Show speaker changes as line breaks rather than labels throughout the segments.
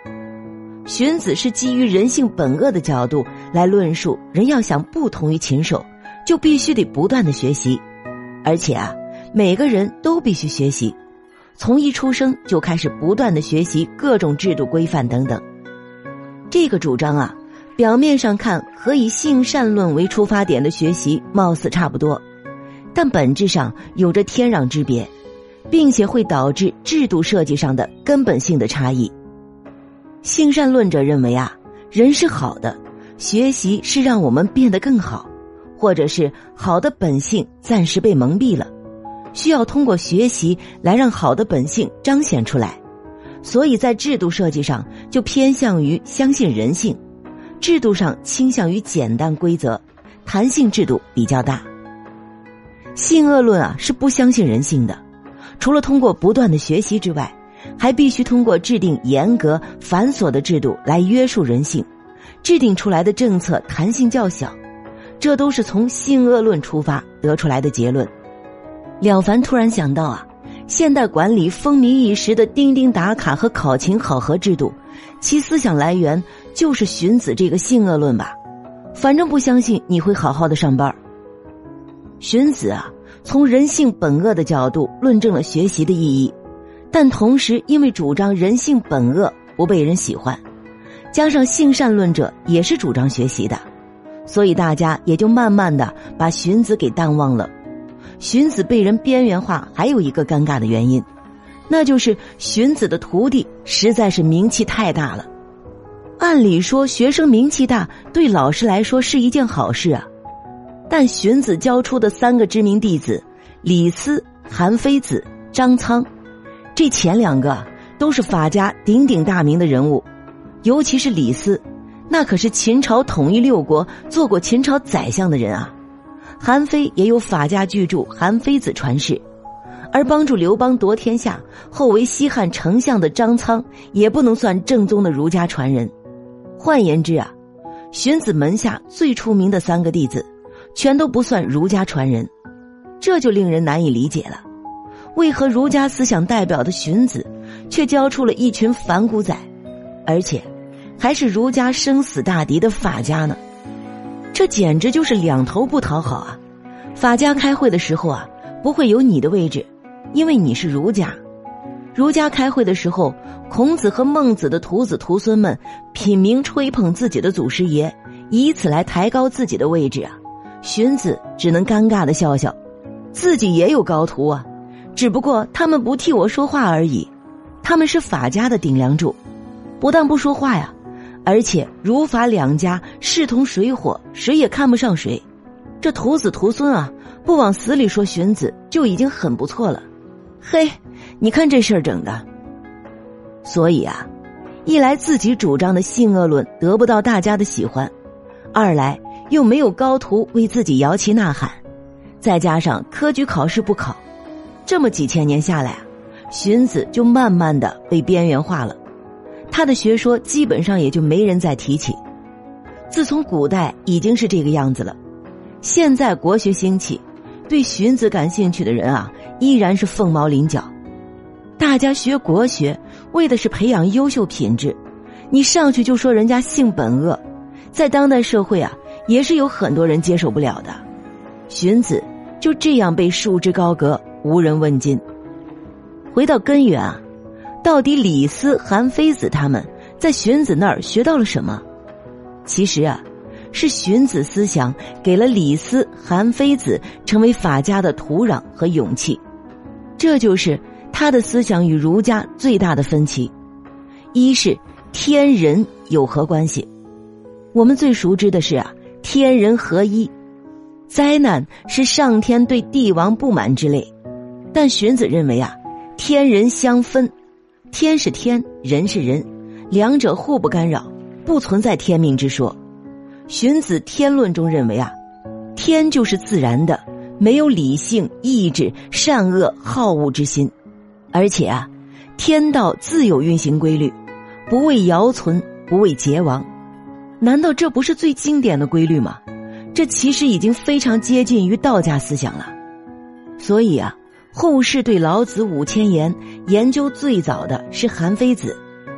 荀子是基于人性本恶的角度来论述，人要想不同于禽兽，就必须得不断的学习，而且每个人都必须学习，从一出生就开始不断的学习各种制度规范等等。这个主张表面上看和以性善论为出发点的学习貌似差不多，但本质上有着天壤之别，并且会导致制度设计上的根本性的差异。性善论者认为人是好的，学习是让我们变得更好，或者是好的本性暂时被蒙蔽了，需要通过学习来让好的本性彰显出来，所以在制度设计上就偏向于相信人性，制度上倾向于简单规则，弹性制度比较大。性恶论是不相信人性的，除了通过不断的学习之外，还必须通过制定严格繁琐的制度来约束人性，制定出来的政策弹性较小，这都是从性恶论出发得出来的结论。了凡突然想到现代管理风靡一时的钉钉打卡和考勤考核制度，其思想来源就是荀子这个性恶论吧，反正不相信你会好好的上班。荀子从人性本恶的角度论证了学习的意义，但同时因为主张人性本恶不被人喜欢，加上性善论者也是主张学习的，所以大家也就慢慢的把荀子给淡忘了。荀子被人边缘化还有一个尴尬的原因，那就是荀子的徒弟实在是名气太大了。按理说学生名气大对老师来说是一件好事但荀子教出的3个知名弟子李斯、韩非子、张苍，这前2个都是法家鼎鼎大名的人物，尤其是李斯，那可是秦朝统一6国做过秦朝宰相的人韩非也有法家巨著《韩非子》传世，而帮助刘邦夺天下后为西汉丞相的张苍也不能算正宗的儒家传人。换言之荀子门下最出名的3个弟子全都不算儒家传人，这就令人难以理解了，为何儒家思想代表的荀子却教出了一群反骨仔，而且还是儒家生死大敌的法家呢？这简直就是两头不讨好法家开会的时候不会有你的位置，因为你是儒家。儒家开会的时候，孔子和孟子的徒子徒孙们品茗吹捧自己的祖师爷，以此来抬高自己的位置荀子只能尴尬的笑笑，自己也有高徒只不过他们不替我说话而已，他们是法家的顶梁柱，不但不说话而且儒法两家势同水火，谁也看不上谁。这徒子徒孙不往死里说荀子就已经很不错了。嘿，你看这事儿整的。所以一来自己主张的性恶论得不到大家的喜欢，二来又没有高徒为自己摇旗呐喊，再加上科举考试不考，这么几千年下来荀子就慢慢的被边缘化了，他的学说基本上也就没人再提起。自从古代已经是这个样子了，现在国学兴起，对荀子感兴趣的人依然是凤毛麟角。大家学国学为的是培养优秀品质，你上去就说人家性本恶，在当代社会也是有很多人接受不了的。荀子就这样被束之高阁，无人问津。回到根源到底李斯、韩非子他们在荀子那儿学到了什么？其实是荀子思想给了李斯、韩非子成为法家的土壤和勇气，这就是他的思想与儒家最大的分歧。一是天人有何关系？我们最熟知的是天人合一，灾难是上天对帝王不满之类，但荀子认为天人相分，天是天，人是人，两者互不干扰，不存在天命之说。荀子天论中认为天就是自然的，没有理性、意志、善恶、好恶之心，而且天道自有运行规律，不为尧存，不为桀亡。难道这不是最经典的规律吗？这其实已经非常接近于道家思想了。所以后世对老子5000言研究最早的是韩非子。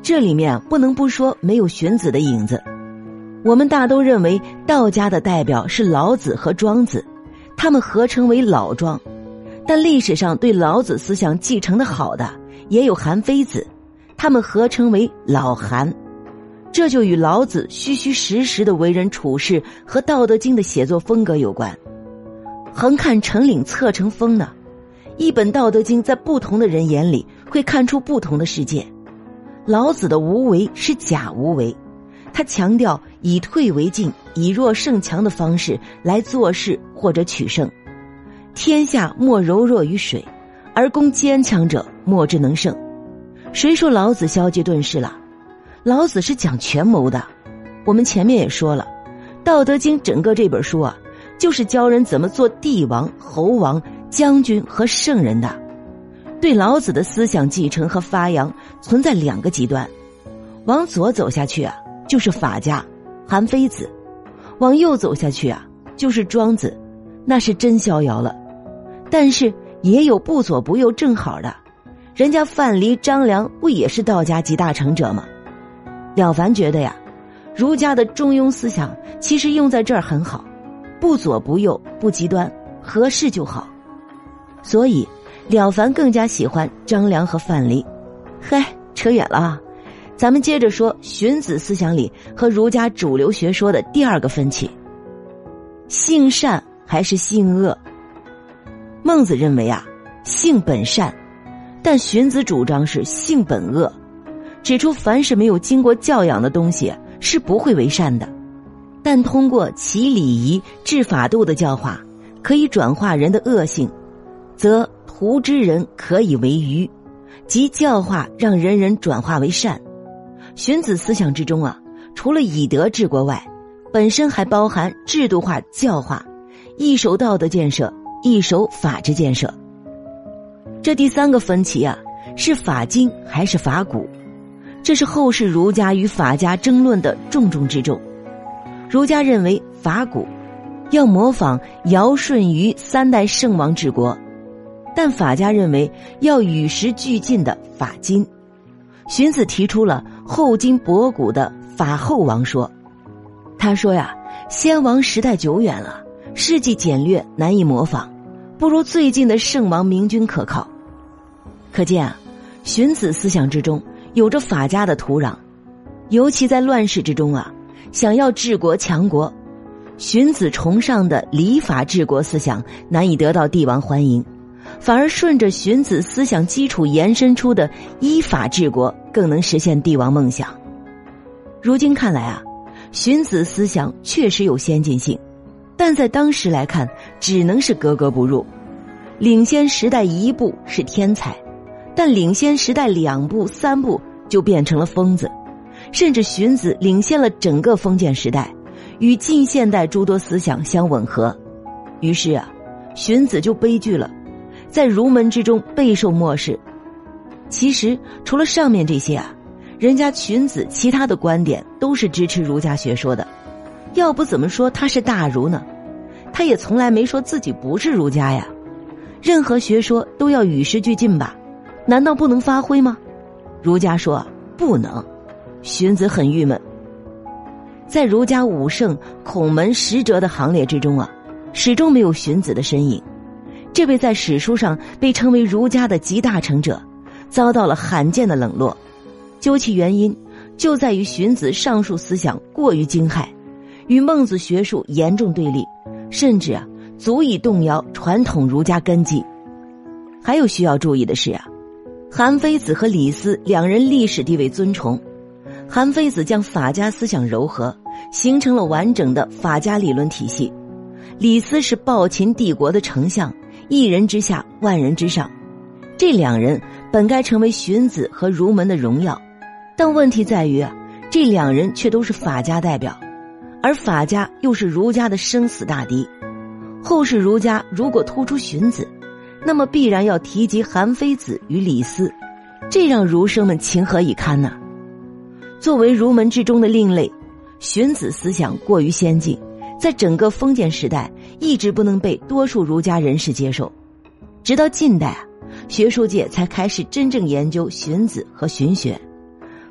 这里面不能不说没有荀子的影子。我们大都认为道家的代表是老子和庄子，他们合称为老庄，但历史上对老子思想继承的好的也有韩非子，他们合称为老韩。这就与老子虚虚实实的为人处事和《道德经》的写作风格有关。横看成岭侧成峰呢，一本《道德经》在不同的人眼里会看出不同的世界。老子的无为是假无为，他强调以退为进，以弱胜强的方式来做事或者取胜。天下莫柔弱于水，而攻坚强者莫之能胜。谁说老子消极遁世了？老子是讲权谋的。我们前面也说了，《道德经》整个这本书啊，就是教人怎么做帝王、侯王、将军和圣人的。对老子的思想继承和发扬存在两个极端，往左走下去啊，就是法家韩非子；往右走下去啊，就是庄子，那是真逍遥了。但是也有不左不右正好的，人家范蠡、张良不也是道家集大成者吗？了凡觉得呀，儒家的中庸思想其实用在这儿很好，不左不右，不极端，合适就好。所以了凡更加喜欢张良和范蠡。嗨，扯远了啊，咱们接着说荀子思想里和儒家主流学说的第二个分歧，性善还是性恶。孟子认为啊，性本善，但荀子主张是性本恶，指出凡是没有经过教养的东西是不会为善的，但通过其礼仪、治法度的教化，可以转化人的恶性，则图之人可以为愚，即教化让人人转化为善。荀子思想之中啊，除了以德治国外，本身还包含制度化教化，一手道德建设，一手法治建设。这第三个分歧啊，是法经还是法古？这是后世儒家与法家争论的重中之重。儒家认为法古要模仿尧舜禹三代圣王治国，但法家认为要与时俱进的法今。荀子提出了后今博古的法后王说。他说呀，先王时代久远了，事迹简略，难以模仿，不如最近的圣王明君可靠。可见啊，荀子思想之中有着法家的土壤，尤其在乱世之中啊，想要治国强国，荀子崇尚的礼法治国思想难以得到帝王欢迎，反而顺着荀子思想基础延伸出的依法治国更能实现帝王梦想。如今看来啊，荀子思想确实有先进性，但在当时来看只能是格格不入。领先时代一步是天才，但领先时代2步3步就变成了疯子。甚至荀子领先了整个封建时代，与近现代诸多思想相吻合。于是啊，荀子就悲剧了，在儒门之中备受漠视。其实除了上面这些啊，人家荀子其他的观点都是支持儒家学说的，要不怎么说他是大儒呢？他也从来没说自己不是儒家呀。任何学说都要与时俱进吧，难道不能发挥吗？儒家说不能。荀子很郁闷。在儒家5圣、孔门、十哲的行列之中啊，始终没有荀子的身影。这位在史书上被称为儒家的集大成者，遭到了罕见的冷落。究其原因，就在于荀子上述思想过于惊骇，与孟子学术严重对立，甚至啊足以动摇传统儒家根基。还有需要注意的是啊，韩非子和李斯两人历史地位尊崇。韩非子将法家思想糅合，形成了完整的法家理论体系。李斯是暴秦帝国的丞相，一人之下，万人之上。这两人本该成为荀子和儒门的荣耀，但问题在于啊，这两人却都是法家代表，而法家又是儒家的生死大敌。后世儒家如果突出荀子，那么必然要提及韩非子与李斯，这让儒生们情何以堪呢？作为儒门之中的另类，荀子思想过于先进，在整个封建时代一直不能被多数儒家人士接受。直到近代啊，学术界才开始真正研究荀子和荀学。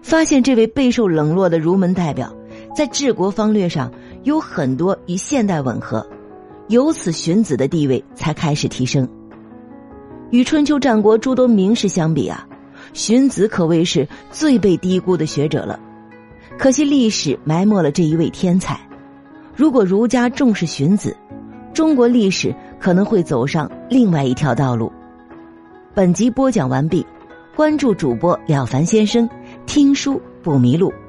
发现这位备受冷落的儒门代表在治国方略上有很多与现代吻合，由此荀子的地位才开始提升。与春秋战国诸多名士相比啊，荀子可谓是最被低估的学者了。可惜历史埋没了这一位天才，如果儒家重视荀子，中国历史可能会走上另外一条道路。本集播讲完毕，关注主播了凡先生，听书不迷路。